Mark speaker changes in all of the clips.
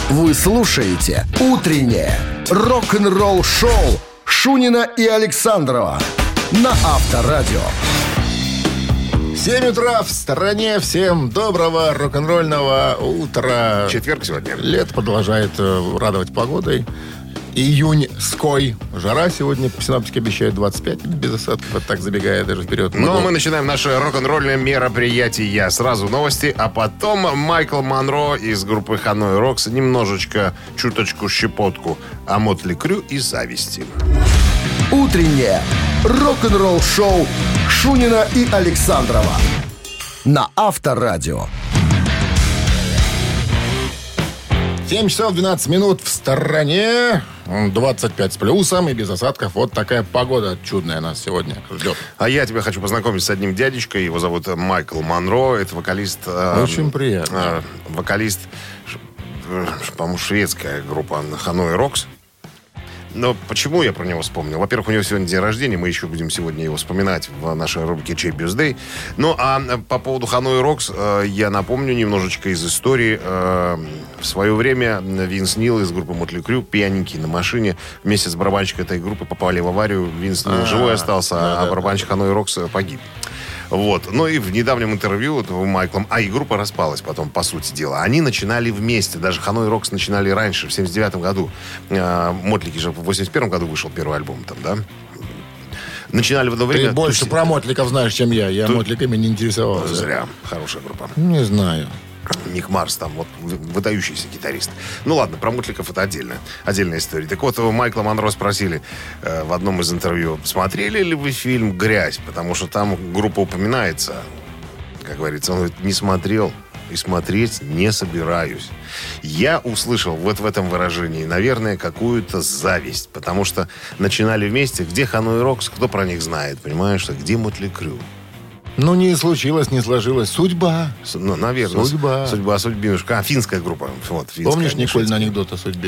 Speaker 1: Вы слушаете «Утреннее рок-н-ролл-шоу» Шунина и Александрова на Авторадио.
Speaker 2: 7 утра в стороне. Всем доброго рок-н-ролльного утра.
Speaker 3: Четверг сегодня.
Speaker 2: Лето продолжает радовать погодой. Июньской. Жара сегодня, синоптики обещают 25, без осадков. Вот так забегая даже вперед.
Speaker 3: Но мы начинаем наше рок-н-ролльное мероприятие. Сразу новости, а потом Майкл Монро из группы Hanoi Rocks. Немножечко, чуточку, щепотку о Мотли Крю и зависти.
Speaker 1: Утреннее рок-н-ролл-шоу Шунина и Александрова на Авторадио.
Speaker 2: 7 часов 12 минут в стороне. 25 с плюсом и без осадков. Вот такая погода чудная нас сегодня ждет.
Speaker 3: А я тебя хочу познакомить с одним дядечкой. Его зовут Майкл Монро. Это вокалист...
Speaker 2: Очень приятно.
Speaker 3: Вокалист, по-моему, шведская группа Hanoi Rocks. Но почему я про него вспомнил? Во-первых, у него сегодня день рождения. Мы еще будем сегодня его вспоминать в нашей рубрике «Чей Бьюздей». Ну, а по поводу Hanoi Rocks я напомню немножечко из истории. В свое время Винс Нил из группы Мотли Крю, пьяненький на машине, вместе с барабанщиком этой группы попали в аварию. Винс Нил живой остался, а барабанщик Hanoi Rocks погиб. Вот. Ну и в недавнем интервью вот, у Майкла... и группа распалась потом, по сути дела. Они начинали вместе. Даже Hanoi Rocks начинали раньше, в 79-м году. Мотлики же в 81-м году вышел первый альбом там, да? Начинали в одно время...
Speaker 2: Ты больше про Мотликов знаешь, чем я. Я Мотликами не интересовался.
Speaker 3: Зря. Хорошая группа.
Speaker 2: Не знаю.
Speaker 3: Ник Марс там, вот, выдающийся гитарист. Ну ладно, про Мотликов это отдельная история. Так вот, Майкла Монро спросили в одном из интервью, смотрели ли вы фильм «Грязь», потому что там группа упоминается. Как говорится, он говорит, не смотрел и смотреть не собираюсь. Я услышал вот в этом выражении, наверное, какую-то зависть, потому что начинали вместе. Где Hanoi Rocks, кто про них знает, понимаешь, где Мотли Крю?
Speaker 2: Ну, не случилось, не сложилось. Судьба.
Speaker 3: Ну, наверное. Судьба судьбинушка. Финская группа. Вот, финская.
Speaker 2: Помнишь Никулина анекдот о судьбе?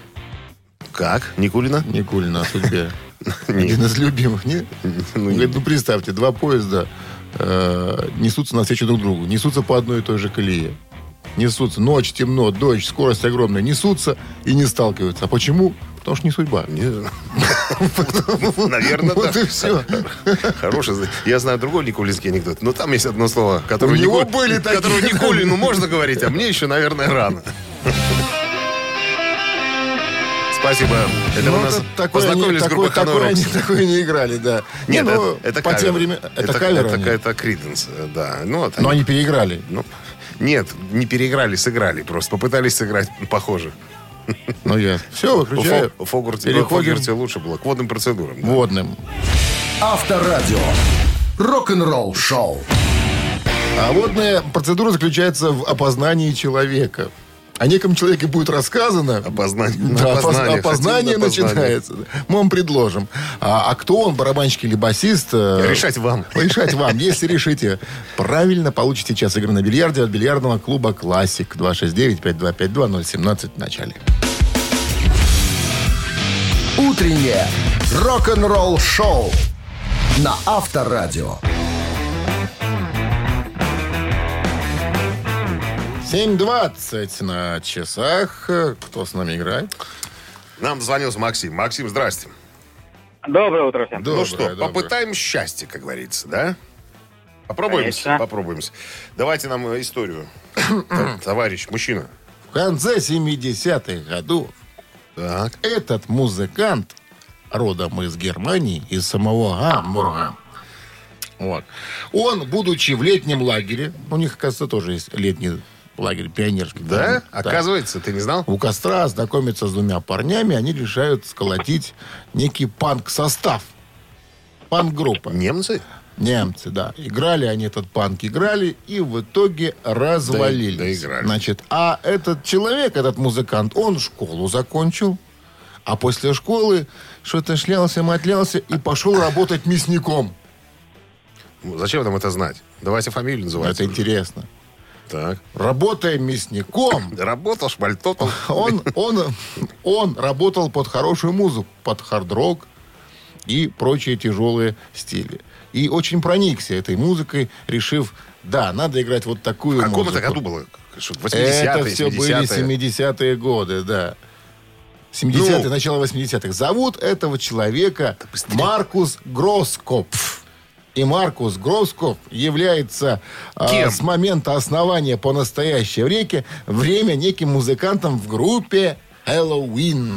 Speaker 3: Как? Никулина?
Speaker 2: Никулина о судьбе. Один из любимых, нет? Ну, представьте, два поезда несутся навстречу друг другу. Несутся по одной и той же колее. Несутся. Ночь, темно, дождь, скорость огромная. Несутся и не сталкиваются. А почему? Потому что не судьба.
Speaker 3: Наверное,
Speaker 2: вот и все.
Speaker 3: Хороший. Я знаю другой никулинский анекдот. Но там есть одно слово, которое Никулину можно говорить, а мне еще, наверное, рано. Спасибо. Это у нас познакомились с группой Hanoi Rocks.
Speaker 2: Такое не играли, да.
Speaker 3: Нет, это
Speaker 2: по тем временам. Это кавер.
Speaker 3: Это Криденс, да.
Speaker 2: Но они переиграли.
Speaker 3: Нет, не переиграли, сыграли просто. Попытались сыграть похоже.
Speaker 2: Ну, я все выключаю.
Speaker 3: Фогерти лучше было. К водным процедурам. Да?
Speaker 2: Водным.
Speaker 1: Авторадио. Рок-н-ролл шоу.
Speaker 2: А водная процедура заключается в опознании человека. О неком человеке будет рассказано. Опознание начинается. Мы вам предложим. А кто он, барабанщик или басист?
Speaker 3: Решать вам.
Speaker 2: Решать вам. Если решите правильно, получите час игры на бильярде от бильярдного клуба «Классик». 269-5252-017 в начале.
Speaker 1: Утреннее рок-н-ролл шоу на Авторадио.
Speaker 2: 7:20 на часах. Кто с нами играет?
Speaker 3: Нам дозвонился Максим. Максим, здрасте.
Speaker 4: Доброе утро всем.
Speaker 3: Попытаем счастье, как говорится, да? Попробуемся. Давайте нам историю. Товарищ, мужчина.
Speaker 2: В конце 70-х годов этот музыкант родом из Германии, из самого Гамбурга. Вот. Он, будучи в летнем лагере, у них, оказывается, тоже есть летний лагерь пионерский.
Speaker 3: Да? Оказывается, ты не знал?
Speaker 2: У костра знакомятся с двумя парнями, они решают сколотить некий панк-состав. Панк-группа.
Speaker 3: Немцы?
Speaker 2: Немцы, да. Играли они этот панк, играли, и в итоге развалились.
Speaker 3: Доиграли.
Speaker 2: Значит, а этот человек, этот музыкант, он школу закончил, а после школы что-то шлялся, и пошел работать мясником.
Speaker 3: Зачем нам это знать? Давайте фамилию называть.
Speaker 2: Это интересно.
Speaker 3: Так.
Speaker 2: Работая мясником...
Speaker 3: Работал, шмальтотал.
Speaker 2: Он работал под хорошую музыку, под хард-рок и прочие тяжелые стили. И очень проникся этой музыкой, решив, да, надо играть вот такую музыку.
Speaker 3: В каком это году было? 80-е,
Speaker 2: Это все
Speaker 3: 70-е.
Speaker 2: были 70-е годы, да. 70-е, начало 80-х. Зовут этого человека Маркус Гроскопф. И Маркус Гроскопф является с момента основания по настоящее время неким музыкантом в группе Helloween.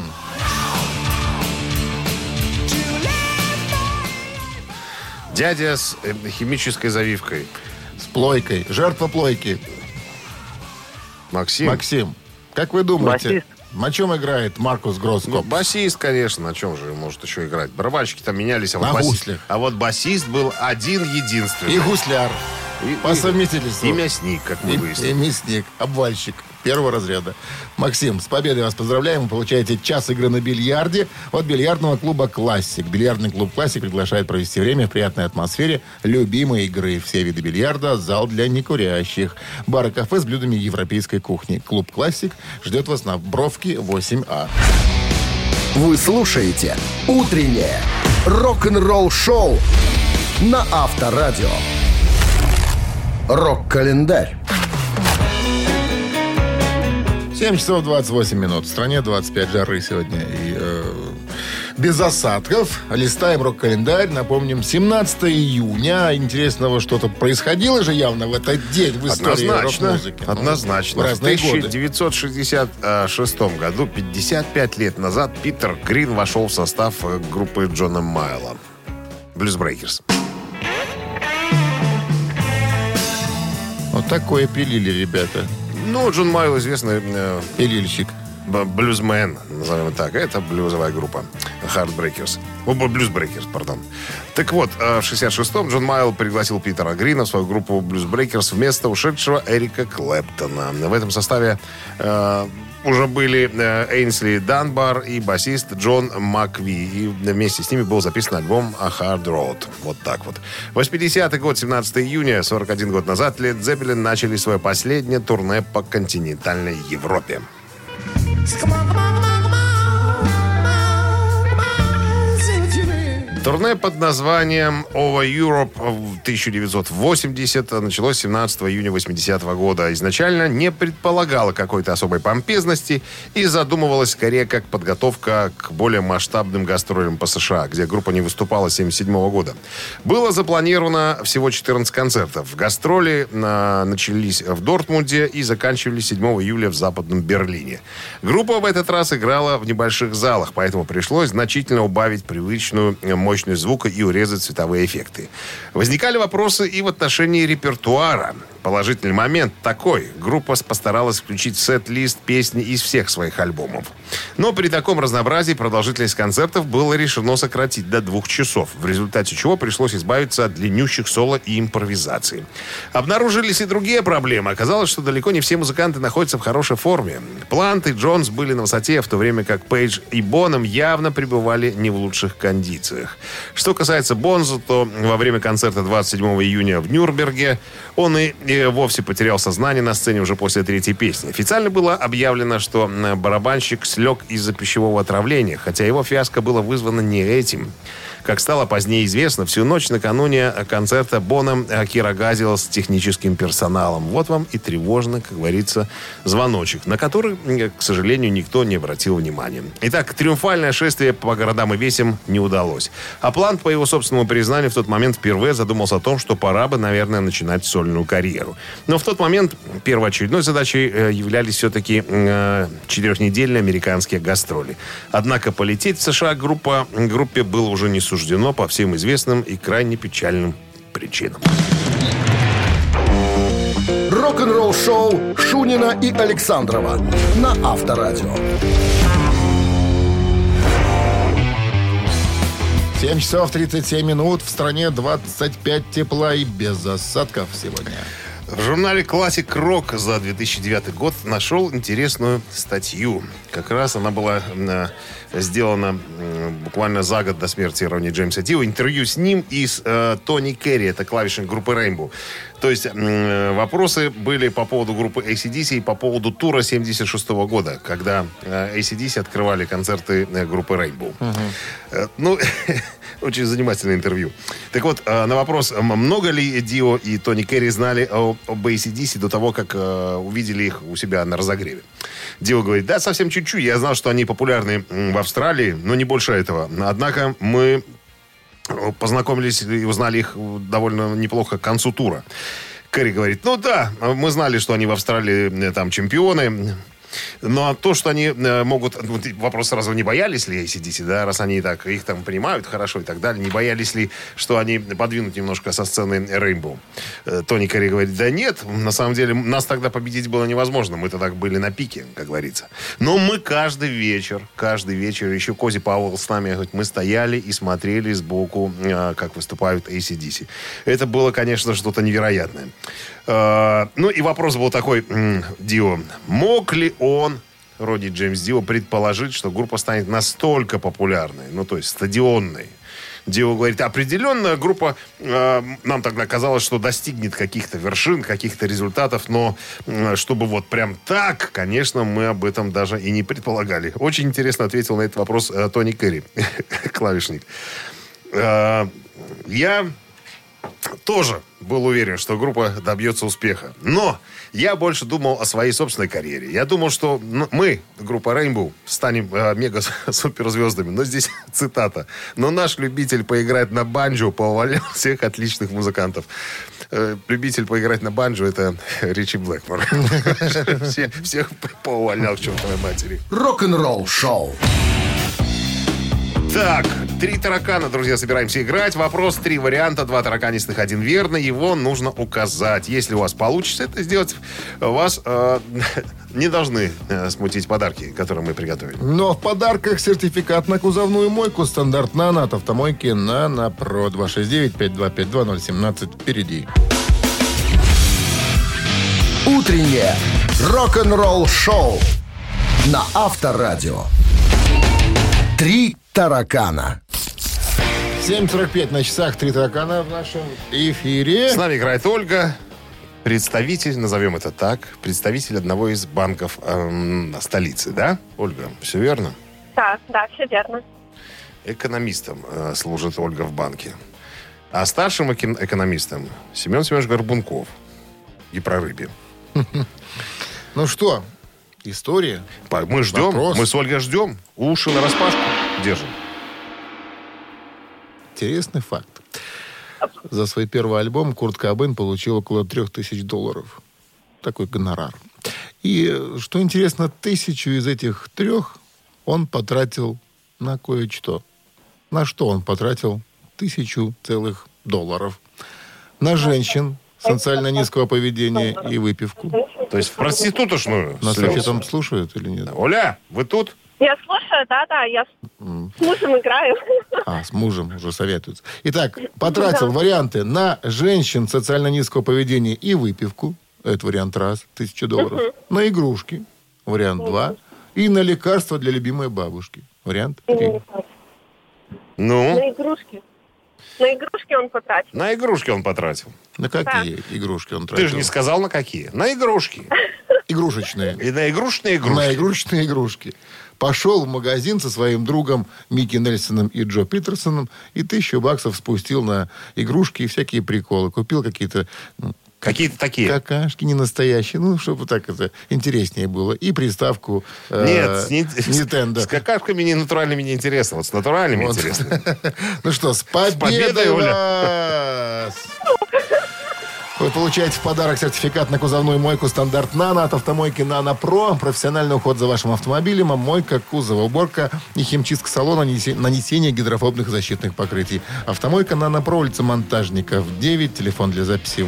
Speaker 3: Дядя с химической завивкой.
Speaker 2: С плойкой. Жертва плойки.
Speaker 3: Максим,
Speaker 2: как вы думаете,
Speaker 4: Басист.
Speaker 2: на чем играет Маркус Гроскопф?
Speaker 3: Басист, конечно, на чем же может еще играть? Барабанщики там менялись,
Speaker 2: На гуслях.
Speaker 3: А вот басист был один-единственный.
Speaker 2: И гусляр. По совместительству.
Speaker 3: И мясник, как мы
Speaker 2: И
Speaker 3: выяснили.
Speaker 2: мясник, обвальщик первого разряда. Максим, с победой вас поздравляем. Вы получаете час игры на бильярде от бильярдного клуба «Классик». Бильярдный клуб «Классик» приглашает провести время в приятной атмосфере любимой игры. Все виды бильярда, зал для некурящих. Бар и кафе с блюдами европейской кухни. Клуб «Классик» ждет вас на Бровке 8А.
Speaker 1: Вы слушаете «Утреннее рок-н-ролл-шоу» на Авторадио. Рок-календарь.
Speaker 2: 7 часов 28 минут. В стране 25 жары сегодня. И без осадков. Листаем рок-календарь. Напомним, 17 июня. Интересного что-то происходило же явно в этот день в истории рок-музыки.
Speaker 3: Однозначно.
Speaker 2: В разные
Speaker 3: В
Speaker 2: годы.
Speaker 3: 1966 году, 55 лет назад, Питер Грин вошел в состав группы Джона Майла. Blues Breakers.
Speaker 2: Вот такое пилили ребята.
Speaker 3: Ну, Джон Майл известный
Speaker 2: Пилильщик.
Speaker 3: блюзмен, назовем так. Это блюзовая группа. Heartbreakers. Blues Breakers, пардон. Так вот, в 66-м Джон Майл пригласил Питера Грина в свою группу Blues Breakers вместо ушедшего Эрика Клэптона. В этом составе уже были Эйнсли Данбар и басист Джон Макви. И вместе с ними был записан альбом «A Hard Road». Вот так вот. 80-й год, 17 июня, 41 год назад, Led Zeppelin начали свое последнее турне по континентальной Европе. Турне под названием Over Europe в 1980 началось 17 июня 80 года. Изначально не предполагало какой-то особой помпезности и задумывалось скорее как подготовка к более масштабным гастролям по США, где группа не выступала с 1977 года. Было запланировано всего 14 концертов. Гастроли начались в Дортмунде и заканчивались 7 июля в Западном Берлине. Группа в этот раз играла в небольших залах, поэтому пришлось значительно убавить привычную мощность звука и урезать цветовые эффекты. Возникали вопросы и в отношении репертуара. Положительный момент такой. Группа постаралась включить в сет-лист песни из всех своих альбомов. Но при таком разнообразии продолжительность концертов было решено сократить до 2 часов, в результате чего пришлось избавиться от длиннющих соло и импровизации. Обнаружились и другие проблемы. Оказалось, что далеко не все музыканты находятся в хорошей форме. Плант и Джонс были на высоте, в то время как Пейдж и Бонхэм явно пребывали не в лучших кондициях. Что касается Бонза, то во время концерта 27 июня в Нюрнберге он и вовсе потерял сознание на сцене уже после 3-й песни. Официально было объявлено, что барабанщик слег из-за пищевого отравления, хотя его фиаско было вызвано не этим. Как стало позднее известно, всю ночь накануне концерта Бонхэм кирогазил с техническим персоналом. Вот вам и тревожно, как говорится, звоночек, на который, к сожалению, никто не обратил внимания. Итак, триумфальное шествие по городам и весям не удалось. А Плант, по его собственному признанию, в тот момент впервые задумался о том, что пора бы, наверное, начинать сольную карьеру. Но в тот момент первоочередной задачей являлись все-таки 4-недельные американские гастроли. Однако полететь в США группе было уже не суждено по всем известным и крайне печальным причинам.
Speaker 1: Рок-н-ролл-шоу Шунина и Александрова на Авторадио.
Speaker 2: 7 часов 37 минут. В стране 25 тепла и без осадков сегодня.
Speaker 3: В журнале «Классик Рок» за 2009 год нашел интересную статью. Как раз она была сделана буквально за год до смерти Ронни Джеймса Дио. Интервью с ним и с Тони Керри, это клавишник группы Rainbow. То есть вопросы были по поводу группы AC/DC и по поводу тура 76 года, когда AC/DC открывали концерты группы Rainbow. Ну, Очень занимательное интервью. Так вот, на вопрос, много ли Дио и Тони Керри знали об AC/DC до того, как увидели их у себя на разогреве. Дио говорит, да, совсем чуть-чуть. Я знал, что они популярны в Австралии, но не больше этого. Однако мы познакомились и узнали их довольно неплохо к концу тура. Керри говорит, ну да, мы знали, что они в Австралии там чемпионы. Но то, что они могут... Вопрос сразу, не боялись ли AC/DC, да, раз они так их там принимают хорошо и так далее, не боялись ли, что они подвинут немножко со сцены Rainbow? Тони Керри говорит, да нет, на самом деле нас тогда победить было невозможно, мы тогда были на пике, как говорится. Но мы каждый вечер, еще Кози Пауэлл с нами, говорит, мы стояли и смотрели сбоку, как выступают AC/DC. Это было, конечно, что-то невероятное. Ну и вопрос был такой, Дио, мог ли он, Ронни Джеймс Дио, предположить, что группа станет настолько популярной, ну то есть стадионной? Дио говорит, определенно группа, нам тогда казалось, что достигнет каких-то вершин, каких-то результатов, но чтобы вот прям так, конечно, мы об этом даже и не предполагали. Очень интересно ответил на этот вопрос Тони Керри, клавишник. Я тоже был уверен, что группа добьется успеха. Но я больше думал о своей собственной карьере. Я думал, что мы, группа Rainbow, станем мега-суперзвездами. Но здесь цитата. Но наш любитель поиграть на банджо поувольнял всех отличных музыкантов. Любитель поиграть на банджо — это Ричи Блэкмор. Всех поувольнял к чертовой матери.
Speaker 1: Рок-н-ролл шоу.
Speaker 3: Так, 3 таракана, друзья, собираемся играть. Вопрос, 3 варианта, 2 тараканистых, 1 верный. Его нужно указать. Если у вас получится это сделать, вас не должны смутить подарки, которые мы приготовили.
Speaker 2: Но в подарках сертификат на кузовную мойку «Стандарт Нано» от автомойки «Нано Про». 269-5252-017. Впереди.
Speaker 1: Утреннее рок-н-ролл шоу на Авторадио. 3 таракана.
Speaker 2: 7:45 на часах, 3 таракана в нашем эфире.
Speaker 3: С нами играет Ольга, представитель, назовем это так, представитель одного из банков столицы, да? Ольга, все верно?
Speaker 5: Да, все верно.
Speaker 3: Экономистом служит Ольга в банке. А старшим экономистом Семен Семенович Горбунков. И про рыбе.
Speaker 2: Ну что, история?
Speaker 3: Мы ждем,
Speaker 2: вопрос.
Speaker 3: Мы с Ольгой ждем. Уши нараспашку держим.
Speaker 2: Интересный факт. За свой первый альбом Курт Кобейн получил около $3000. Такой гонорар. И, что интересно, 1000 из этих 3 он потратил на кое-что. На что он потратил $1000. На женщин социально низкого поведения и выпивку.
Speaker 3: То есть в проститутошную.
Speaker 2: Нас вообще там слушают или нет?
Speaker 3: Оля, вы тут?
Speaker 5: Я слушаю, да, я с мужем играю.
Speaker 2: С мужем уже советуются. Итак, потратил варианты на женщин социально низкого поведения и выпивку. Это вариант раз, $1000. На игрушки. Вариант 2. И на лекарства для любимой бабушки. Вариант 3.
Speaker 3: Ну?
Speaker 5: На игрушки. На игрушки он потратил.
Speaker 3: На игрушки он потратил.
Speaker 2: На какие игрушки он тратил?
Speaker 3: Ты же не сказал, на какие. На игрушки.
Speaker 2: Игрушечные.
Speaker 3: И на игрушечные игрушки.
Speaker 2: На игрушечные игрушки. Пошел в магазин со своим другом Микки Нельсоном и Джо Питерсоном и $1000 спустил на игрушки и всякие приколы. Купил какие-то...
Speaker 3: Какие-то такие.
Speaker 2: Какашки не настоящие. Чтобы так это интереснее было. И приставку Nintendo.
Speaker 3: С какашками не натуральными не интересно. Вот с натуральными интересно.
Speaker 2: Ну что, с победой вас! Вы получаете в подарок сертификат на кузовную мойку «Стандарт Нано» от автомойки «Нано Про». Профессиональный уход за вашим автомобилем, мойка кузова, уборка и химчистка салона, нанесение гидрофобных защитных покрытий. Автомойка «Нано Про», улица Монтажников, 9. Телефон для записи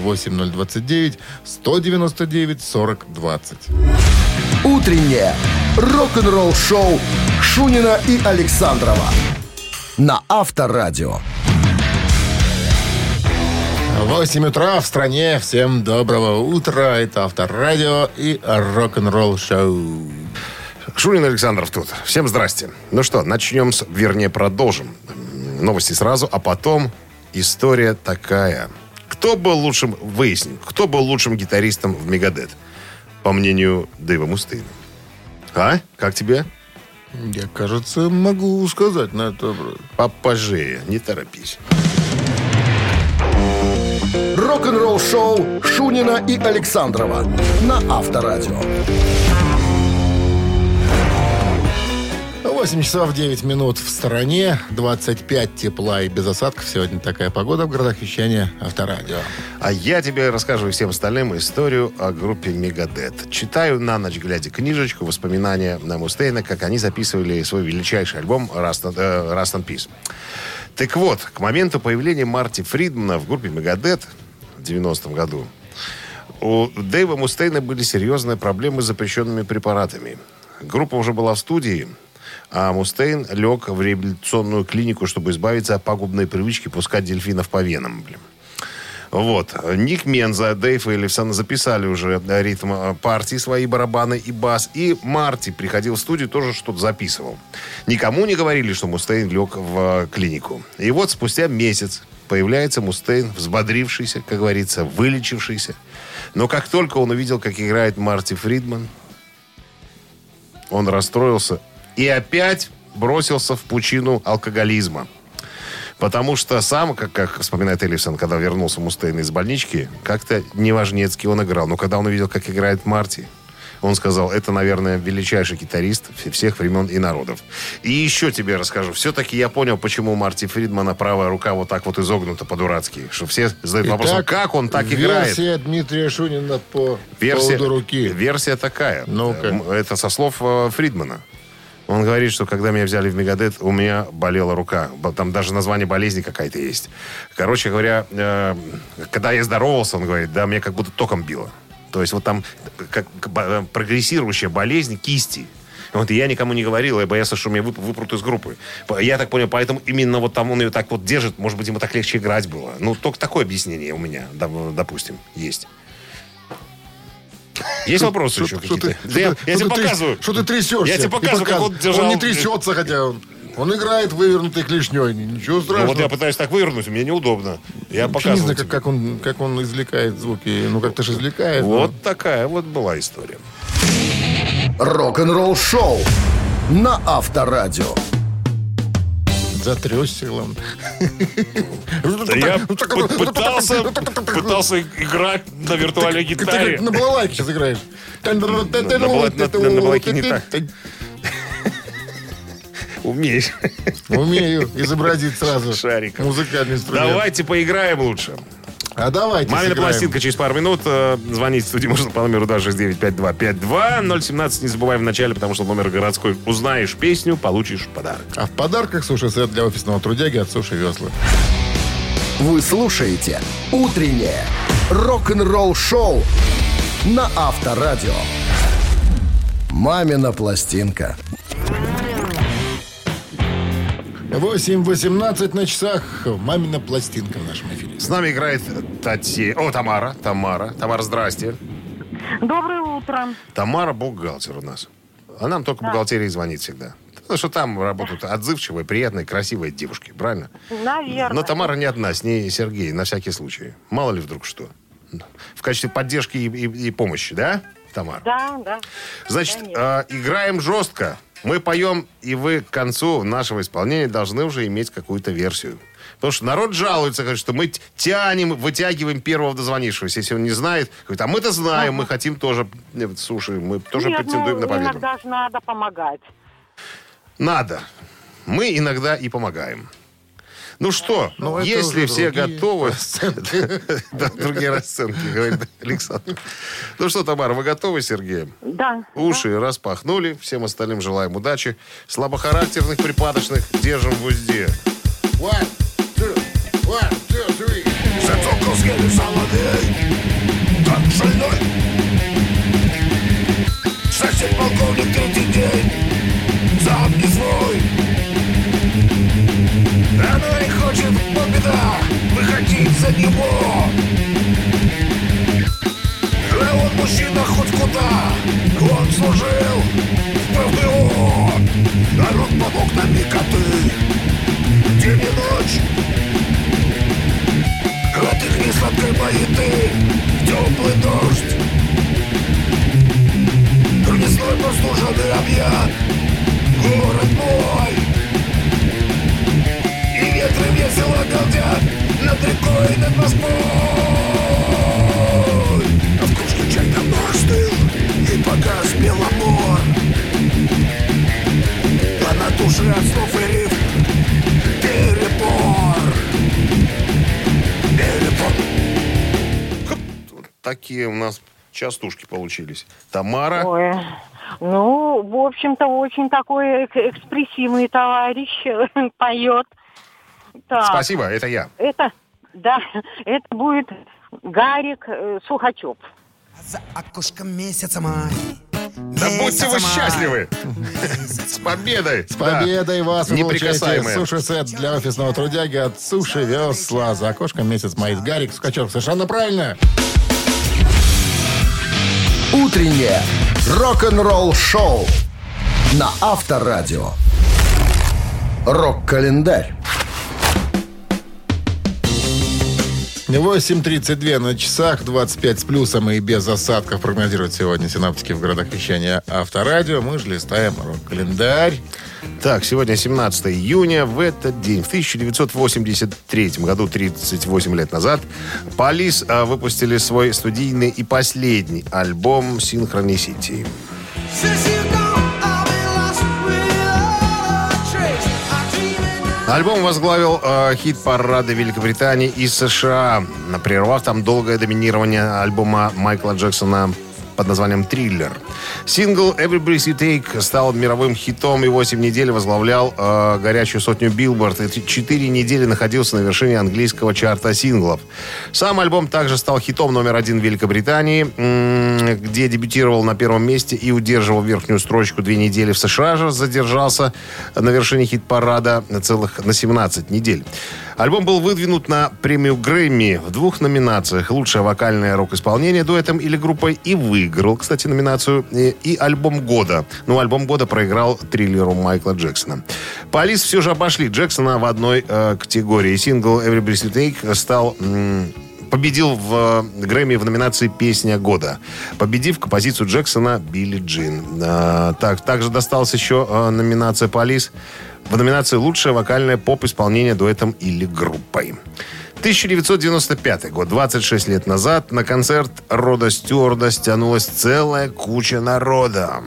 Speaker 2: 8099-199-4020.
Speaker 1: Утреннее рок-н-ролл-шоу Шунина и Александрова на Авторадио.
Speaker 2: 8 утра в стране. Всем доброго утра. Это Авторадио и рок-н-ролл шоу.
Speaker 3: Шунин Александров тут. Всем здрасте. Ну что, начнем продолжим. Новости сразу, а потом история такая. Кто был лучшим гитаристом в Мегадет? По мнению Дэйва Мустейна. Как тебе?
Speaker 2: Я, кажется, могу сказать на это.
Speaker 3: Попозже, не торопись.
Speaker 1: Рок-н-ролл шоу Шунина и Александрова на Авторадио.
Speaker 2: 8 часов 9 минут в стороне, 25 тепла и без осадков. Сегодня такая погода в городах вещания Авторадио.
Speaker 3: А я тебе расскажу всем остальным историю о группе Megadeth. Читаю на ночь глядя книжечку, воспоминания на Мустейна, как они записывали свой величайший альбом Rust and Peace. Так вот, к моменту появления Марти Фридмана в группе Megadeth в 90-м году у Дэйва Мустейна были серьезные проблемы с запрещенными препаратами. Группа уже была в студии, а Мустейн лег в реабилитационную клинику, чтобы избавиться от пагубной привычки пускать дельфинов по венам. Вот. Ник Менза, Дэйв и Левсон записали уже ритм партии, свои барабаны и бас. И Марти приходил в студию, тоже что-то записывал. Никому не говорили, что Мустейн лег в клинику. И вот спустя месяц появляется Мустейн, взбодрившийся, как говорится, вылечившийся. Но как только он увидел, как играет Марти Фридман, он расстроился и опять бросился в пучину алкоголизма. Потому что сам, как вспоминает Эллифсон, когда вернулся Мустейн из больнички, как-то неважнецки он играл. Но когда он увидел, как играет Марти, он сказал, это, наверное, величайший гитарист всех времен и народов. И еще тебе расскажу. Все-таки я понял, почему у Марти Фридмана правая рука вот так вот изогнута по-дурацки. Что все задают вопрос, как он так играет.
Speaker 2: Версия Дмитрия Шунина по поводу руки.
Speaker 3: Версия такая.
Speaker 2: Ну-ка.
Speaker 3: Это со слов Фридмана. Он говорит, что когда меня взяли в Megadeth, у меня болела рука. Там даже название болезни какая-то есть. Короче говоря, когда я здоровался, он говорит, да, меня как будто током било. То есть вот там как прогрессирующая болезнь кисти. Вот, и я никому не говорил, я боялся, что меня выпрут из группы. Я так понял, поэтому именно вот там он ее так вот держит. Может быть, ему так легче играть было. Ну, только такое объяснение у меня, допустим, есть. Есть вопросы еще какие-то? Я тебе показываю.
Speaker 2: Что ты трясешься?
Speaker 3: Я тебе показываю, как он держал.
Speaker 2: Он не трясется, хотя он играет вывернутой клешней. Ничего страшного.
Speaker 3: Ну, вот я пытаюсь так вывернуть, мне неудобно. Я показываю.
Speaker 2: Не знаю, как он извлекает звуки. Ну, как-то же извлекает.
Speaker 3: Вот такая вот была история.
Speaker 1: Рок-н-ролл шоу на Авторадио.
Speaker 2: Затрясся, главное.
Speaker 3: Я пытался играть на виртуальной гитаре.
Speaker 2: Ты на балалайке сейчас играешь.
Speaker 3: На балалайке не так. Умеешь.
Speaker 2: Умею изобразить сразу
Speaker 3: шариком.
Speaker 2: Музыкальный инструмент.
Speaker 3: Давайте поиграем лучше.
Speaker 2: А давайте
Speaker 3: «Мамина
Speaker 2: сыграем».
Speaker 3: пластинка» через пару минут. Звонить в студию можно по номеру 269-5252. 017 не забывай в начале, потому что номер городской. Узнаешь песню, получишь подарок.
Speaker 2: А в подарках суши-сет для офисного трудяги от Суши Весла.
Speaker 1: Вы слушаете «Утреннее рок-н-ролл-шоу» на Авторадио. «Мамина пластинка».
Speaker 2: 8:18 на часах. «Мамина пластинка» в нашем эфире.
Speaker 3: С нами играет Тамара. Тамара, здрасте.
Speaker 6: Доброе утро.
Speaker 3: Тамара бухгалтер у нас. А нам только бухгалтерия звонит всегда. Потому что там работают отзывчивые, приятные, красивые девушки, правильно?
Speaker 6: Наверное.
Speaker 3: Но Тамара не одна, с ней Сергей, на всякий случай. Мало ли вдруг что. В качестве поддержки и помощи, да, Тамара?
Speaker 6: Да.
Speaker 3: Значит, играем жестко. Мы поем, и вы к концу нашего исполнения должны уже иметь какую-то версию. Потому что народ жалуется, говорит, что мы вытягиваем первого дозвонившегося. Если он не знает, говорит, а мы-то знаем, мы хотим тоже, слушай, мы тоже претендуем на победу.
Speaker 6: Иногда же надо помогать.
Speaker 3: Надо. Мы иногда и помогаем. Ну что, если все готовы... Да, другие расценки, говорит Александр. Ну что, Тамара, вы готовы, Сергей?
Speaker 6: Да.
Speaker 3: Уши распахнули. Всем остальным желаем удачи. Слабохарактерных, припадочных держим в узде.
Speaker 2: One, two, three.
Speaker 7: Зацокал с еле соловей, как шальной. Сосед полковник третий день, сам не свой. Она и хочет по бедах выходить за него. А он мужчина хоть куда, он служил в ПВО. Народ под окнами коты, день и ночь. От их несладкой маяты теплый дождь. Лесной простуженный объят.
Speaker 3: такие у нас частушки получились. Тамара.
Speaker 6: Ой, ну, в общем-то, очень такой экспрессивный товарищ поет. Так,
Speaker 3: Спасибо, это я.
Speaker 6: это будет Гарик Сухачев.
Speaker 8: За окошком месяца май.
Speaker 3: Да будьте вы счастливы! С победой!
Speaker 2: С победой вас! Вы получаете
Speaker 3: Неприкасаемые.
Speaker 2: суши-сет для офисного трудяги от Суши Весла. За окошком месяц май. Гарик Сукачев. Совершенно правильно.
Speaker 1: Утреннее рок-н-ролл-шоу на Авторадио. Рок-календарь.
Speaker 2: 8:32 на часах, 25 с плюсом и без осадков прогнозируют сегодня синаптики в городах вещания Авторадио. Мы же листаем рок-календарь.
Speaker 3: Так, сегодня 17 июня. В этот день, в 1983 году, 38 лет назад, Police выпустили свой студийный и последний альбом «Synchronicity». Альбом возглавил хит-парады Великобритании и США, прервав там долгое доминирование альбома Майкла Джексона под названием «Триллер». Сингл «Every Breath You Take» стал мировым хитом и 8 недель возглавлял горячую сотню Billboard. И 4 недели находился на вершине английского чарта синглов. Сам альбом также стал хитом номер 1 в Великобритании, где дебютировал на первом месте и удерживал верхнюю строчку 2 недели. В США же задержался на вершине хит-парада целых на 17 недель. Альбом был выдвинут на премию Грэмми в 2 номинациях. Лучшее вокальное рок-исполнение дуэтом или группой. И выиграл, кстати, номинацию. И альбом года. Но альбом года проиграл «Триллеру» Майкла Джексона. Police все же обошли Джексона в одной категории. Сингл «Every Breath You Take» победил в Грэмми в номинации «Песня года», победив композицию Джексона «Билли Джин». Также досталась еще номинация Police в номинации «Лучшее вокальное поп-исполнение дуэтом или группой». 1995 год, 26 лет назад, на концерт Рода Стюарда стянулась целая куча народа.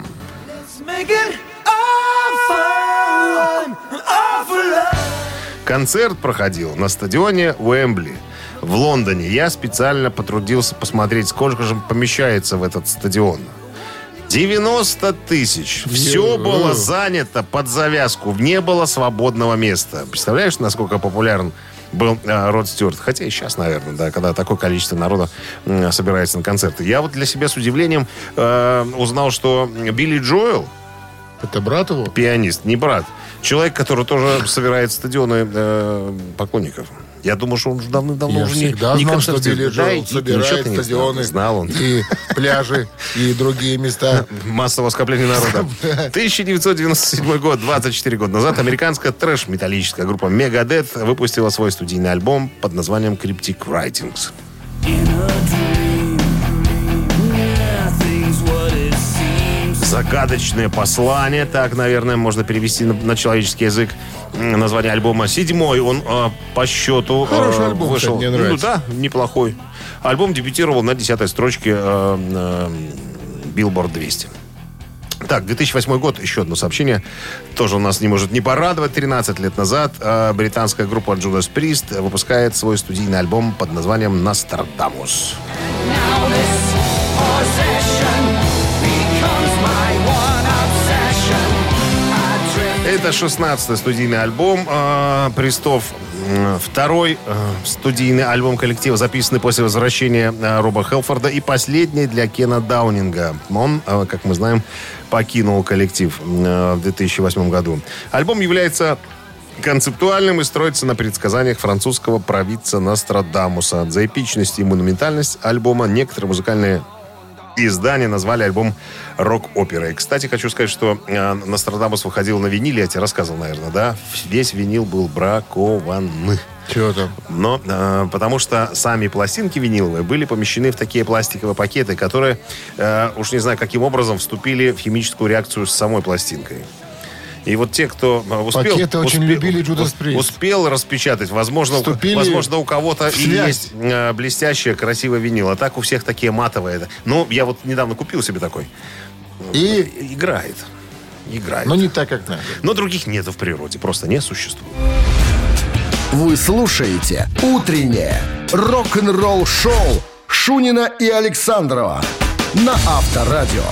Speaker 3: Концерт проходил на стадионе Уэмбли в Лондоне. Я специально потрудился посмотреть, сколько же помещается в этот стадион. 90 тысяч. Все было занято под завязку. Не было свободного места. Представляешь, насколько популярен был Род Стюарт? Хотя и сейчас, наверное, да, когда такое количество народа собирается на концерты. Я вот для себя с удивлением узнал, что Билли Джоэл,
Speaker 2: это брат его?
Speaker 3: Пианист, не брат. Человек, который тоже собирает стадионы поклонников. Я думаю, что он уже давным-давно уже не
Speaker 2: знал, что Билли Джоэл собирает стадионы,
Speaker 3: знал он.
Speaker 2: И пляжи, и другие места.
Speaker 3: Массового скопления народа. 1997 год, 24 года назад, американская трэш-металлическая группа Megadeth выпустила свой студийный альбом под названием Cryptic Writings. Загадочное послание, так, наверное, можно перевести на человеческий язык. Название альбома 7-й, он по счету
Speaker 2: хороший альбом,
Speaker 3: вышел.
Speaker 2: кстати, мне нравится.
Speaker 3: Да, неплохой. Альбом дебютировал на 10-й строчке Billboard 200. Так, 2008 год, еще одно сообщение. Тоже у нас не может не порадовать. 13 лет назад британская группа Judas Priest выпускает свой студийный альбом под названием «Нострадамус». Это 16-й студийный альбом Пристов. Второй студийный альбом коллектива, записанный после возвращения Роба Хелфорда, и последний для Кена Даунинга. Он, как мы знаем, покинул коллектив в 2008 году. Альбом является концептуальным и строится на предсказаниях французского провидца Нострадамуса. За эпичность и монументальность альбома некоторые музыкальные издания назвали альбом рок-оперой. Кстати, хочу сказать, что Нострадамус выходил на виниле, я тебе рассказывал, наверное, да? Весь винил был бракован.
Speaker 2: Чего там?
Speaker 3: Но потому что сами пластинки виниловые были помещены в такие пластиковые пакеты, которые, уж не знаю, каким образом вступили в химическую реакцию с самой пластинкой. И вот те, кто успел распечатать, возможно, у кого-то и есть блестящая, красивая винил. А так у всех такие матовые. Ну, я вот недавно купил себе такой. И играет.
Speaker 2: Но не так, как надо.
Speaker 3: Но других нет в природе. Просто не существует.
Speaker 1: Вы слушаете «Утреннее рок-н-ролл-шоу» Шунина и Александрова на Авторадио.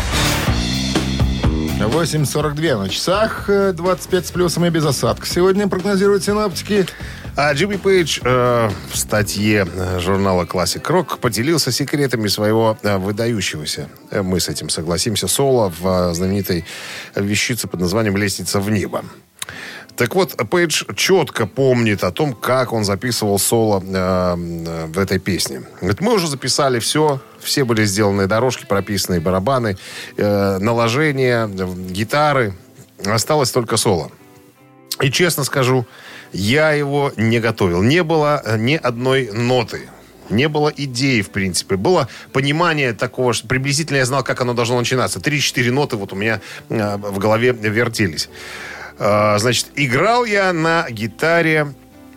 Speaker 2: 8:42 на часах, 25 с плюсом и без осадков. Сегодня прогнозируют синоптики.
Speaker 3: А Джимми Пейдж в статье журнала Classic Rock поделился секретами своего выдающегося, мы с этим согласимся, соло в знаменитой вещице под названием «Лестница в небо». Так вот, Пейдж четко помнит о том, как он записывал соло в этой песне. Говорит, мы уже записали все были сделаны дорожки, прописанные барабаны, наложения, гитары. Осталось только соло. И честно скажу, я его не готовил. Не было ни одной ноты. Не было идеи, в принципе. Было понимание такого, что приблизительно я знал, как оно должно начинаться. 3-4 ноты вот у меня в голове вертелись. Значит, играл я на гитаре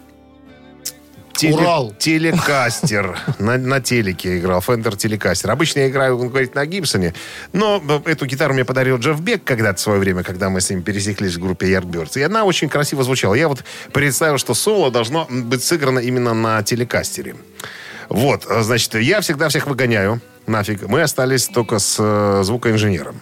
Speaker 3: Телекастер. На телеке играл, Fender Телекастер. Обычно я играю, он говорит, на Гибсоне. Но эту гитару мне подарил Джефф Бек когда-то в свое время, когда мы с ним пересеклись в группе Yardbirds. И она очень красиво звучала. Я вот представил, что соло должно быть сыграно именно на Телекастере. Вот, значит, я всегда всех выгоняю нафиг. Мы остались только с звукоинженером.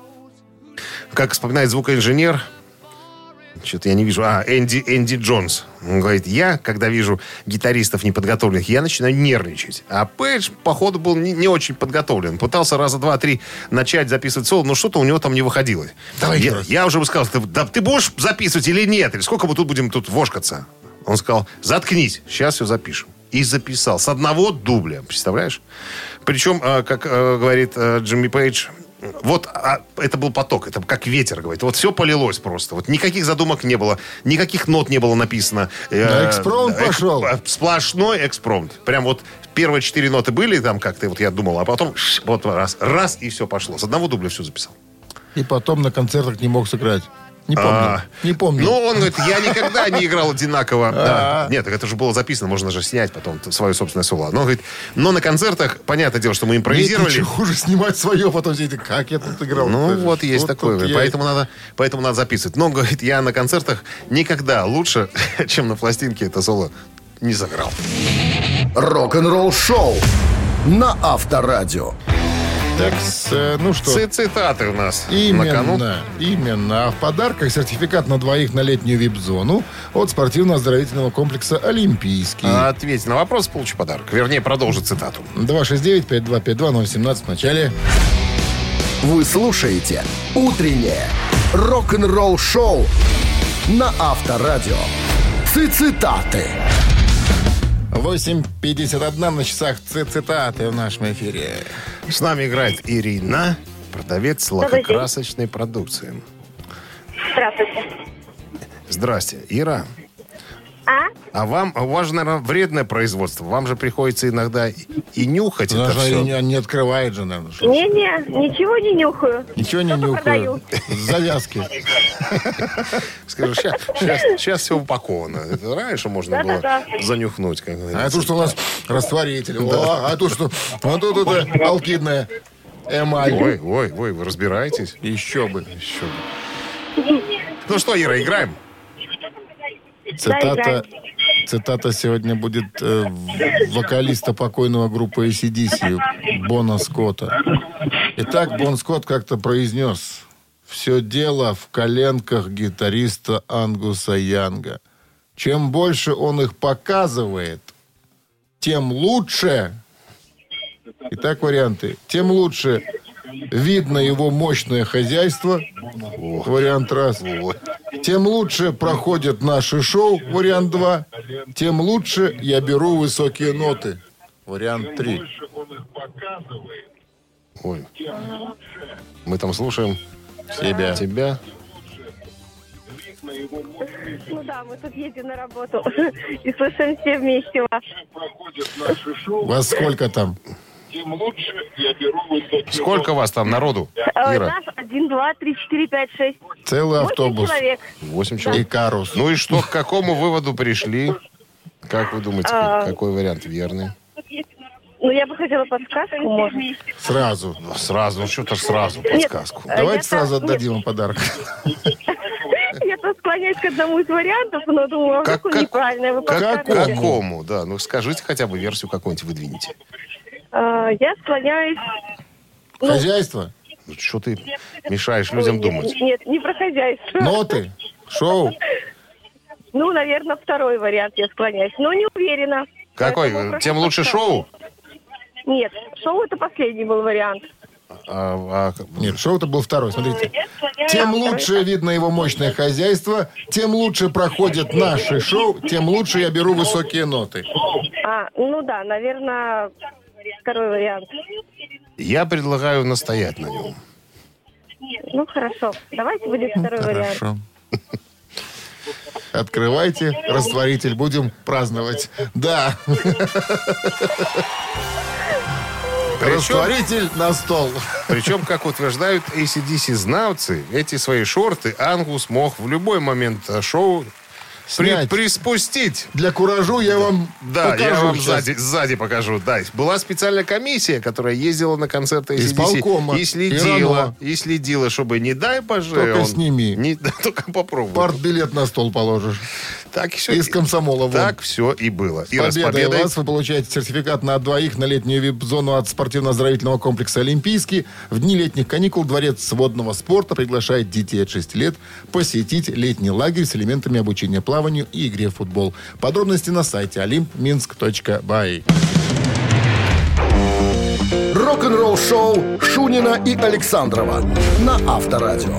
Speaker 3: Как вспоминает звукоинженер... Что-то я не вижу. Энди Джонс. Он говорит, я, когда вижу гитаристов неподготовленных, я начинаю нервничать. А Пейдж, походу, был не очень подготовлен. Пытался раза 2-3 начать записывать соло, но что-то у него там не выходило. Я уже бы сказал, ты будешь записывать или нет? Или сколько мы тут будем вошкаться? Он сказал, заткнись, сейчас все запишем. И записал. С одного дубля. Представляешь? Причем, как говорит Джимми Пейдж, вот это был поток, это как ветер, говорит. Вот все полилось просто. Вот никаких задумок не было, никаких нот не было написано.
Speaker 2: Экспромт пошел.
Speaker 3: Сплошной экспромт. Прям вот первые 4 ноты были там как-то, вот я думал, а потом вот раз, и все пошло. С одного дубля все записал.
Speaker 2: И потом на концертах не мог сыграть. Не помню.
Speaker 3: Ну, он говорит, я никогда не играл одинаково. Нет, так это же было записано, можно же снять потом свое собственное соло. Но он говорит, но на концертах, понятное дело, что мы импровизировали.
Speaker 2: Нет, хуже снимать свое, потом все это, как я тут играл.
Speaker 3: Ну, вот есть такое. Поэтому надо записывать. Но, говорит, я на концертах никогда лучше, чем на пластинке, это соло не сыграл.
Speaker 1: Рок-н-ролл шоу на Авторадио.
Speaker 2: Так, ну что?
Speaker 3: Цитаты у нас на кону.
Speaker 2: Именно. А в подарках сертификат на двоих на летнюю вип-зону от спортивно-оздоровительного комплекса «Олимпийский».
Speaker 3: Ответь на вопрос, получи подарок. Вернее, продолжи цитату.
Speaker 2: 269-5252-017 в начале.
Speaker 1: Вы слушаете «Утреннее рок-н-ролл-шоу» на Авторадио. Цитаты.
Speaker 2: 8:51 на часах. Цитаты в нашем эфире.
Speaker 3: С нами играет Ирина, продавец лакокрасочной продукции.
Speaker 5: Здравствуйте.
Speaker 3: Здрасте. Ира. А у вас же, наверное, вредное производство. Вам же приходится иногда и нюхать это все.
Speaker 2: Не открывает же, наверное.
Speaker 5: Не-не, ничего не нюхаю.
Speaker 2: Ничего не нюхаю. Завязки.
Speaker 3: Скажи, сейчас все упаковано. Это раньше можно было занюхнуть.
Speaker 2: А тут что у нас растворитель. А тут что? А тут это алкидная эмаль.
Speaker 3: Ой, вы разбираетесь?
Speaker 2: Еще бы.
Speaker 3: Ну что, Ира, играем?
Speaker 2: Цитата сегодня будет вокалиста покойного группы AC/DC Бона Скотта. Итак, Бон Скотт как-то произнес: «Все дело в коленках гитариста Ангуса Янга. Чем больше он их показывает, тем лучше». Итак, варианты. Тем лучше видно его мощное хозяйство. Вариант раз. Тем лучше проходят наши шоу. Вариант 2. Тем лучше я беру высокие ноты. Вариант 3.
Speaker 3: Ой. Мы там слушаем тебя.
Speaker 5: Ну да, мы тут едем на работу и слушаем все вместе вас.
Speaker 2: Вас сколько там?
Speaker 3: Сколько вас там народу, Ира?
Speaker 5: Нас 1, 2, 3, 4, 5, 6.
Speaker 2: Целый автобус.
Speaker 3: 8 человек.
Speaker 2: И карус.
Speaker 3: Ну и что, к какому выводу пришли? Как вы думаете, какой вариант верный?
Speaker 5: Ну, я бы хотела подсказку, может.
Speaker 2: Сразу.
Speaker 3: Ну что-то сразу подсказку.
Speaker 2: Давайте сразу отдадим вам подарок.
Speaker 5: Я тут склоняюсь к одному из вариантов, но думаю, какой неправильный вы подсказываете.
Speaker 3: Какому? Да, ну скажите хотя бы версию какую-нибудь выдвинете.
Speaker 5: Я склоняюсь...
Speaker 2: Хозяйство?
Speaker 3: Что ты мешаешь людям думать?
Speaker 5: Нет, не про хозяйство.
Speaker 2: Ноты? Шоу?
Speaker 5: Ну, наверное, второй вариант я склоняюсь. Но не уверена.
Speaker 3: Какой?
Speaker 5: Поэтому
Speaker 3: Тем
Speaker 5: прошу
Speaker 3: лучше
Speaker 5: подсказки.
Speaker 3: шоу?
Speaker 5: Нет, шоу это последний был вариант.
Speaker 2: Нет, шоу-то был второй. Смотрите.
Speaker 5: Я склоняюсь
Speaker 2: Тем
Speaker 5: на второй.
Speaker 2: лучше видно его мощное хозяйство, тем лучше проходят наши шоу, тем лучше я беру высокие ноты.
Speaker 5: Ну да, наверное, второй вариант.
Speaker 3: Я предлагаю настоять на нем.
Speaker 5: Ну, хорошо. Давайте будет второй вариант.
Speaker 2: Хорошо. Открывайте растворитель, будем праздновать. Да. Растворитель на стол.
Speaker 3: Причем, как утверждают AC/DC-знавцы, эти свои шорты Ангус мог в любой момент шоу
Speaker 2: Снять.
Speaker 3: приспустить.
Speaker 2: Для куражу я вам
Speaker 3: Да,
Speaker 2: покажу
Speaker 3: я вам
Speaker 2: сейчас.
Speaker 3: сзади покажу. Да, была специальная комиссия, которая ездила на концерты
Speaker 2: Исполкома.
Speaker 3: и следила, чтобы, не дай боже...
Speaker 2: Только сними.
Speaker 3: Только попробуй.
Speaker 2: Партбилет на стол положишь.
Speaker 3: Так все,
Speaker 2: Из комсомола вон.
Speaker 3: Так все и было. И раз
Speaker 2: Победой
Speaker 3: победой...
Speaker 2: вас вы получаете сертификат на двоих на летнюю вип-зону от спортивно-оздоровительного комплекса «Олимпийский». В дни летних каникул Дворец водного спорта приглашает детей от 6 лет посетить летний лагерь с элементами обучения плаванию и игре в футбол. Подробности на сайте olympminsk.by.
Speaker 1: Рок-н-ролл шоу Шунина и Александрова на Авторадио.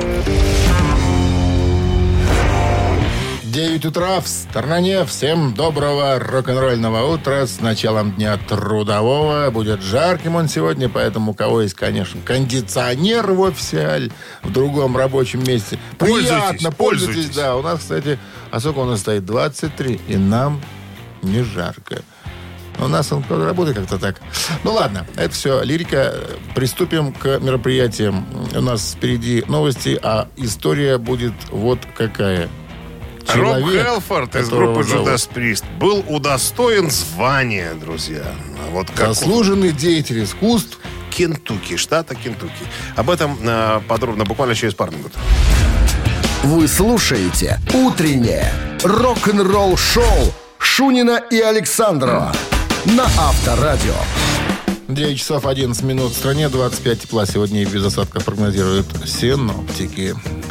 Speaker 2: 9 утра в стороне. Всем доброго рок-н-ролльного утра. С началом дня трудового. Будет жарким он сегодня, поэтому у кого есть, конечно, кондиционер в офисе, в другом рабочем месте. Приятно, пользуйтесь. Да, у нас, кстати, а сколько у нас стоит? 23. И нам не жарко. У нас он работает как-то так. Ну ладно, это все лирика. Приступим к мероприятиям. У нас впереди новости, а история будет вот какая.
Speaker 3: Роб Хелфорд из группы Judas Priest был удостоен звания, друзья. Вот как
Speaker 2: заслуженный деятель искусств
Speaker 3: Кентукки, штата Кентукки. Об этом подробно буквально через пару минут.
Speaker 1: Вы слушаете «Утреннее рок-н-ролл-шоу» Шунина и Александрова на Авторадио.
Speaker 2: 9 часов 11 минут в стране, 25 тепла сегодня и без осадков прогнозируют синоптики.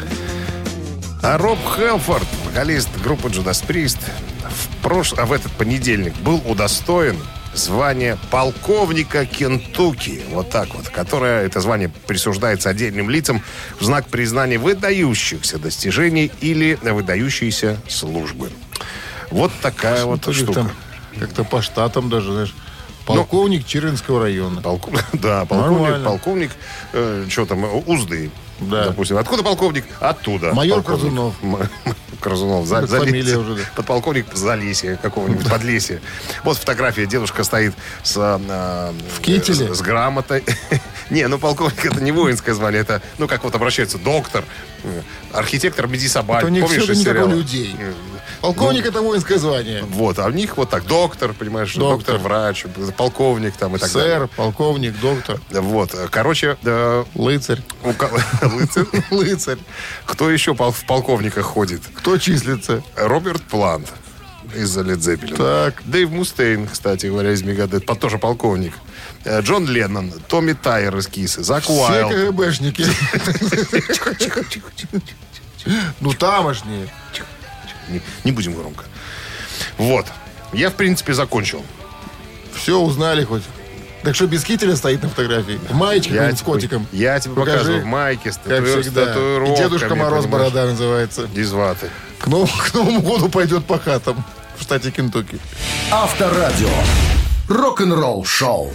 Speaker 3: А Роб Хелфорд, вокалист группы Judas Priest, в этот понедельник был удостоен звания полковника Кентукки. Вот так вот. Которое, это звание присуждается отдельным лицам в знак признания выдающихся достижений или выдающейся службы. Вот такая вот штука.
Speaker 2: Там как-то по штатам даже, знаешь. Полковник Чернинского района.
Speaker 3: Да, полковник, что там, Узды.
Speaker 2: Да.
Speaker 3: Допустим. Откуда полковник? Оттуда.
Speaker 2: Майор Корзунов.
Speaker 3: Корзунов.
Speaker 2: Фамилия уже, да.
Speaker 3: Подполковник Залесья, какого-нибудь Подлесья. Вот фотография. Дедушка стоит в
Speaker 2: кителе?
Speaker 3: С грамотой. Не, ну полковник это не воинское звание. Это, ну как вот обращается, доктор, архитектор «Веди собак».
Speaker 2: Это у них
Speaker 3: помнишь,
Speaker 2: все не как у людей. Полковник это воинское звание.
Speaker 3: Вот, а у них вот так доктор, понимаешь, доктор, врач, полковник там и так далее.
Speaker 2: Сэр, полковник, доктор.
Speaker 3: Вот, короче...
Speaker 2: Лыцарь.
Speaker 3: Лыцарь. Кто еще в полковниках ходит?
Speaker 2: Кто числится?
Speaker 3: Роберт Плант из Led Zeppelin.
Speaker 2: Так.
Speaker 3: Дэйв Мустейн, кстати говоря, из Мегадет, тоже полковник. Джон Леннон, Томми Тайер из Кисы, Зак Уайлд.
Speaker 2: Все КГБшники. Ну, тамошние.
Speaker 3: Не будем громко. Вот. Я, в принципе, закончил.
Speaker 2: Все узнали хоть. Так что без кителя стоит на фотографии. В маечке с котиком.
Speaker 3: Я тебе покажу. В майке с татуировками.
Speaker 2: И Дедушка Мороз борода называется.
Speaker 3: Из ваты.
Speaker 2: К Новому году пойдет по хатам в штате Кентукки.
Speaker 1: Авторадио. Рок-н-ролл шоу.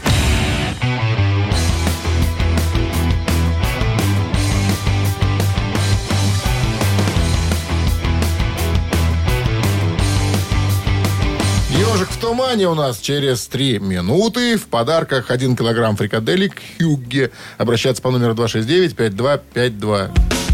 Speaker 2: «Ежик в тумане» у нас через 3 минуты. В подарках 1 килограмм фрикаделек Хюгге. Обращаться по номеру 269-5252.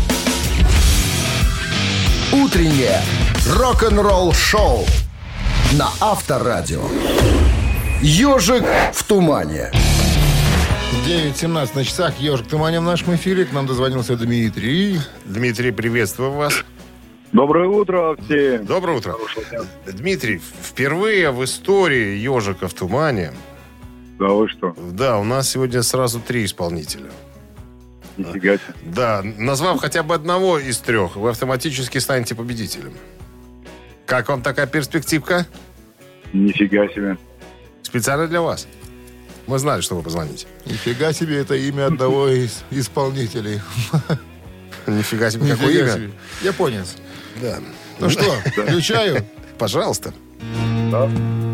Speaker 1: Утреннее рок-н-ролл шоу на Авторадио. «Ежик в тумане».
Speaker 2: 9:17 на часах. «Ежик в тумане» в нашем эфире. К нам дозвонился Дмитрий.
Speaker 3: Дмитрий, приветствую вас.
Speaker 4: Доброе утро всем.
Speaker 3: Доброе утро. Дмитрий, впервые в истории «Ежика в тумане»
Speaker 4: Да вы что?
Speaker 3: Да, у нас сегодня сразу 3 исполнителя.
Speaker 4: Нифига себе.
Speaker 3: Да, назвав хотя бы одного из 3, вы автоматически станете победителем. Как вам такая перспективка?
Speaker 4: Нифига себе.
Speaker 3: Специально для вас. Мы знали, что вы позвоните.
Speaker 2: Нифига себе, это имя одного из исполнителей.
Speaker 3: Нифига себе, какое
Speaker 2: Нифига
Speaker 3: имя?
Speaker 2: себе. Японец.
Speaker 3: Да.
Speaker 2: Ну что, включаю?
Speaker 3: Пожалуйста.
Speaker 4: Да.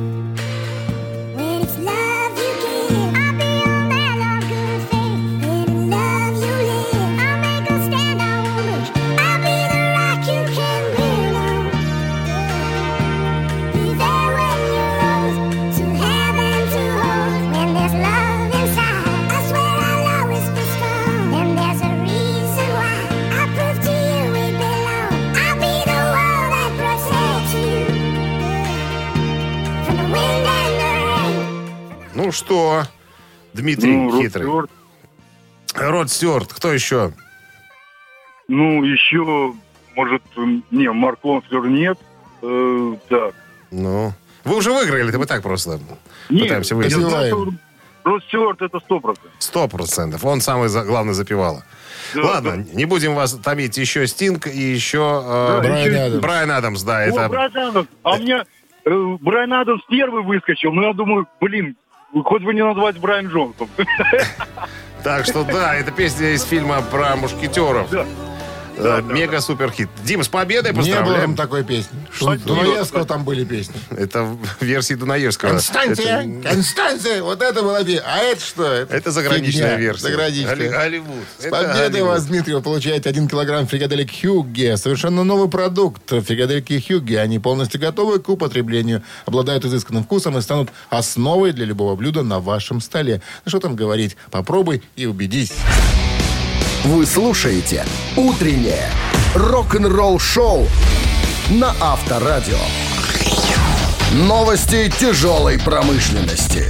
Speaker 3: Ну что, Дмитрий
Speaker 4: Ну,
Speaker 3: хитрый.
Speaker 4: Род Стюарт.
Speaker 3: Род Стюарт. Кто еще?
Speaker 4: Ну, еще, может, не, Марк Лонслер нет. Так.
Speaker 3: Ну, вы уже выиграли, это мы так просто
Speaker 4: Нет,
Speaker 3: пытаемся
Speaker 4: я
Speaker 3: выяснить.
Speaker 4: знаю, что Род Стюарт это 100%.
Speaker 3: 100%. Он самый главный запевала.
Speaker 4: Да,
Speaker 3: Ладно, не будем вас томить. Еще Стинг и еще
Speaker 2: Брайан Адамс.
Speaker 3: Брайан Адамс, да.
Speaker 4: О,
Speaker 3: Это...
Speaker 4: Брайан Адамс. А у меня Брайан Адамс первый выскочил, но я думаю, блин, хоть бы не назвать Брайан Джонсом.
Speaker 3: Так что да, это песня из фильма про мушкетеров. Мега-супер-хит. Дим, с победой
Speaker 2: Не было
Speaker 3: поздравляем.
Speaker 2: там такой песни.
Speaker 4: Спасибо.
Speaker 2: Дунаевского там были песни.
Speaker 3: Это в версии Дунаевского.
Speaker 2: Констанция, вот это была песня. А это что?
Speaker 3: Это заграничная
Speaker 2: фигня.
Speaker 3: версия.
Speaker 2: Заграничная.
Speaker 3: Голливуд.
Speaker 2: С победой вас, Дмитрий, вы получаете 1 килограмм фрикаделек Хюгге. Совершенно новый продукт. Фрикадельки Хюгге. Они полностью готовы к употреблению, обладают изысканным вкусом и станут основой для любого блюда на вашем столе. Ну что там говорить? Попробуй и убедись.
Speaker 1: Вы слушаете «Утреннее рок-н-ролл-шоу» на Авторадио. Новости тяжелой промышленности.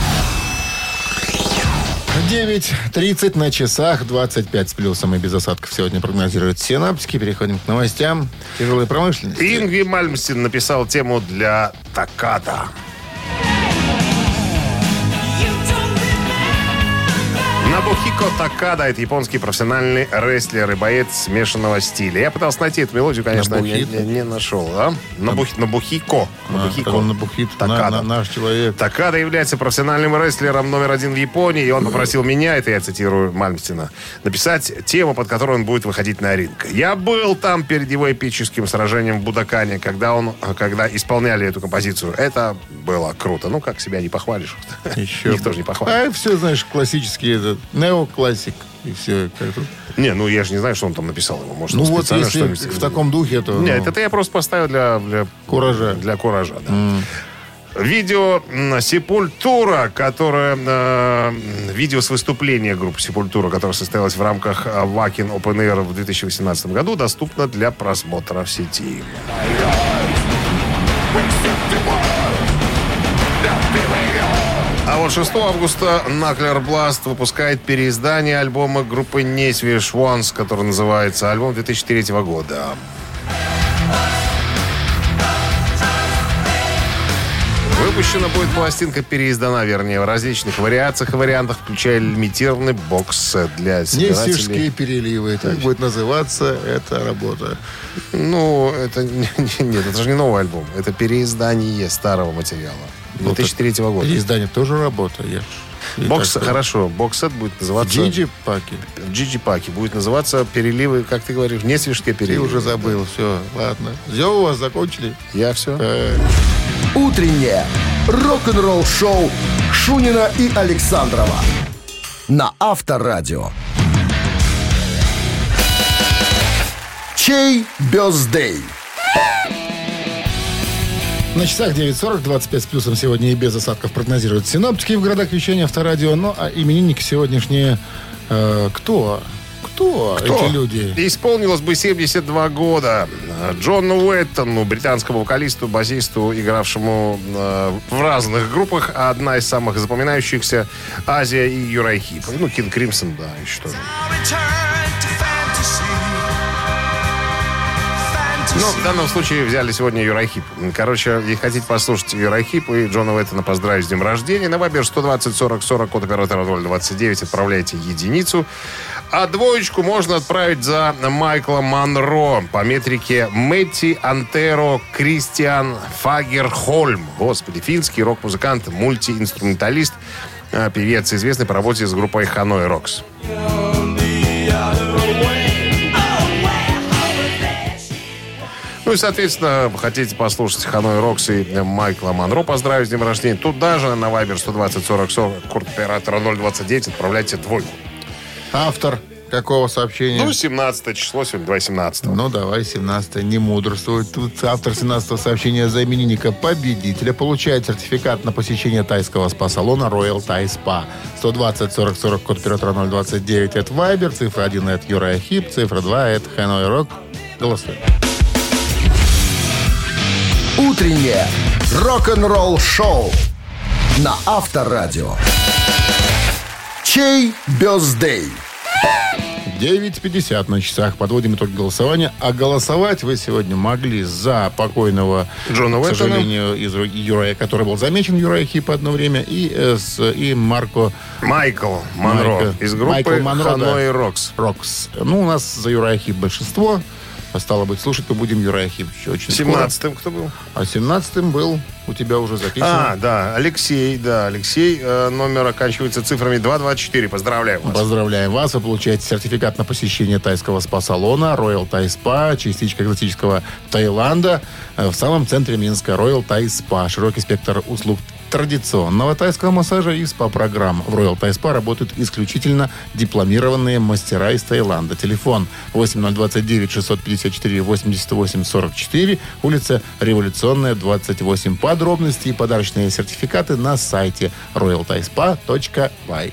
Speaker 2: 9:30 на часах, 25 с плюсом и без осадков сегодня прогнозируют синаптики. Переходим к новостям тяжелой промышленности.
Speaker 3: Ингви Мальмстен написал тему для Такада. Набухико Такада — это японский профессиональный рестлер и боец смешанного стиля. Я пытался найти эту мелодию, конечно, не нашел. А? Набухико.
Speaker 2: Набухит,
Speaker 3: Такада.
Speaker 2: наш человек.
Speaker 3: Такада является профессиональным рестлером номер 1 в Японии, и он попросил меня, это я цитирую Мальмстена, написать тему, под которую он будет выходить на ринг. Я был там перед его эпическим сражением в Будакане, когда исполняли эту композицию. Это было круто. Ну, как себя не похвалишь.
Speaker 2: Еще.
Speaker 3: Никто же не похвалит.
Speaker 2: А все, знаешь, классические, этот, неоклассик и все.
Speaker 3: Не, ну я же не знаю, что он там написал. Может,
Speaker 2: Ну
Speaker 3: он
Speaker 2: вот
Speaker 3: специально
Speaker 2: если
Speaker 3: что-нибудь...
Speaker 2: в таком духе, то...
Speaker 3: Нет, это я просто поставил для
Speaker 2: Куража.
Speaker 3: Для куража, да. Видео «Сепультура», которое... видео с выступления группы «Сепультура», которое состоялось в рамках Wacken Open Air в 2018 году, доступно для просмотра в сети. А вот 6 августа Nuclear Blast выпускает переиздание альбома группы Nightwish Once, который называется альбом 2003 года. Выпущена будет пластинка, переиздана, вернее, в различных вариациях и вариантах, включая лимитированный бокс-сет для собирателей.
Speaker 2: Несежские переливы. Так будет называться эта работа.
Speaker 3: Ну, это нет, это же не новый альбом. Это переиздание старого материала. 2003 года.
Speaker 2: Переиздание тоже работа.
Speaker 3: Хорошо, бокс-сет будет называться...
Speaker 2: Джиджи-паки.
Speaker 3: Джиджи-паки. Будет называться переливы, как ты говоришь, несвежские
Speaker 2: Ты
Speaker 3: переливы.
Speaker 2: уже забыл. Все, ладно. Все у вас закончили?
Speaker 3: Я все.
Speaker 1: Утреннее рок-н-ролл-шоу Шунина и Александрова на Авторадио. Чей бёздей?
Speaker 2: На часах 9:40, 25 с плюсом сегодня и без осадков прогнозируют синоптики в городах вещания Авторадио. Ну, а именинники сегодняшние... Кто эти люди?
Speaker 3: Исполнилось бы 72 года Джону Уэттону, британскому вокалисту, басисту, игравшему в разных группах. Одна из самых запоминающихся — Азия и Юрай Хип. Ну, Кинг Кримсон, да, еще тоже. Ну, в данном случае взяли сегодня Юрахип. Короче, если хотите послушать Юрахип и Джона Уэттона поздравить с днем рождения, на Вайбер 120 40 40, код оператора 029, отправляйте единицу. А двоечку можно отправить за Майклом Монро по метрике Мэтти Антеро Кристиан Фагерхольм. Господи, финский рок-музыкант, мультиинструменталист, певец, известный по работе с группой Ханой Рокс. Ну и, соответственно, хотите послушать Ханой Рокс и Майкла Монро поздравить с днем рождения, тут даже на Вайбер 120 40 40, код оператора 029, отправляйте двойку.
Speaker 2: Автор какого сообщения?
Speaker 3: Ну, 17 число, сегодня 2/17.
Speaker 2: Ну, давай, 17 не мудрствуй. Тут автор 17-го сообщения за именинника победителя получает сертификат на посещение тайского спа-салона Royal Thai Spa. 120 40 40, код оператора 029, это Viber, цифра 1 это Юрай Хип, цифра 2 это Hanoi Rock. Голосуем.
Speaker 1: Утреннее рок-н-ролл-шоу на Авторадио. Чей бёздей?
Speaker 2: 9:50 на часах. Подводим итоги голосования. А голосовать вы сегодня могли за покойного
Speaker 3: Джона Уэттона,
Speaker 2: к сожалению, из Юрая, который был замечен, Юрай Хип одно время, и Марко...
Speaker 3: Майкл Монро из группы Ханой Рокс.
Speaker 2: Рокс. Ну, у нас за Юрай Хип большинство. Стало быть, слушать мы будем Юрая Хип еще очень
Speaker 3: 17-м кто был?
Speaker 2: А 17-м был у тебя уже записан.
Speaker 3: Да, Алексей. Номер оканчивается цифрами 224. Поздравляем вас.
Speaker 2: Поздравляем вас. Вы получаете сертификат на посещение тайского спа-салона Royal Thai Spa, частичка экзотического Таиланда в самом центре Минска. Royal Thai Spa. Широкий спектр услуг традиционного тайского массажа и СПА-программ. В Royal Thai Spa работают исключительно дипломированные мастера из Таиланда. Телефон 8029 654 88 44, улица Революционная, 28. Подробности и подарочные сертификаты на сайте royalthaispa.by.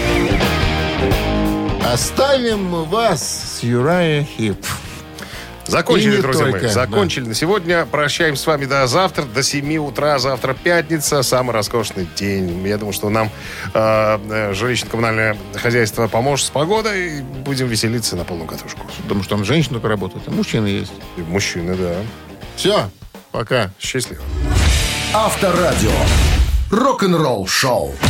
Speaker 2: Оставим вас с Юрая Хип.
Speaker 3: Закончили, друзья
Speaker 2: только,
Speaker 3: мои. Закончили на сегодня. Прощаемся с вами до завтра, до 7 утра. Завтра пятница, самый роскошный день. Я думаю, что нам жилищно-коммунальное хозяйство поможет с погодой. И будем веселиться на полную катушку.
Speaker 2: Потому что там женщины только работают, а мужчины есть.
Speaker 3: И мужчины, да.
Speaker 2: Все, пока.
Speaker 3: Счастливо.
Speaker 1: Авторадио. Рок-н-ролл шоу.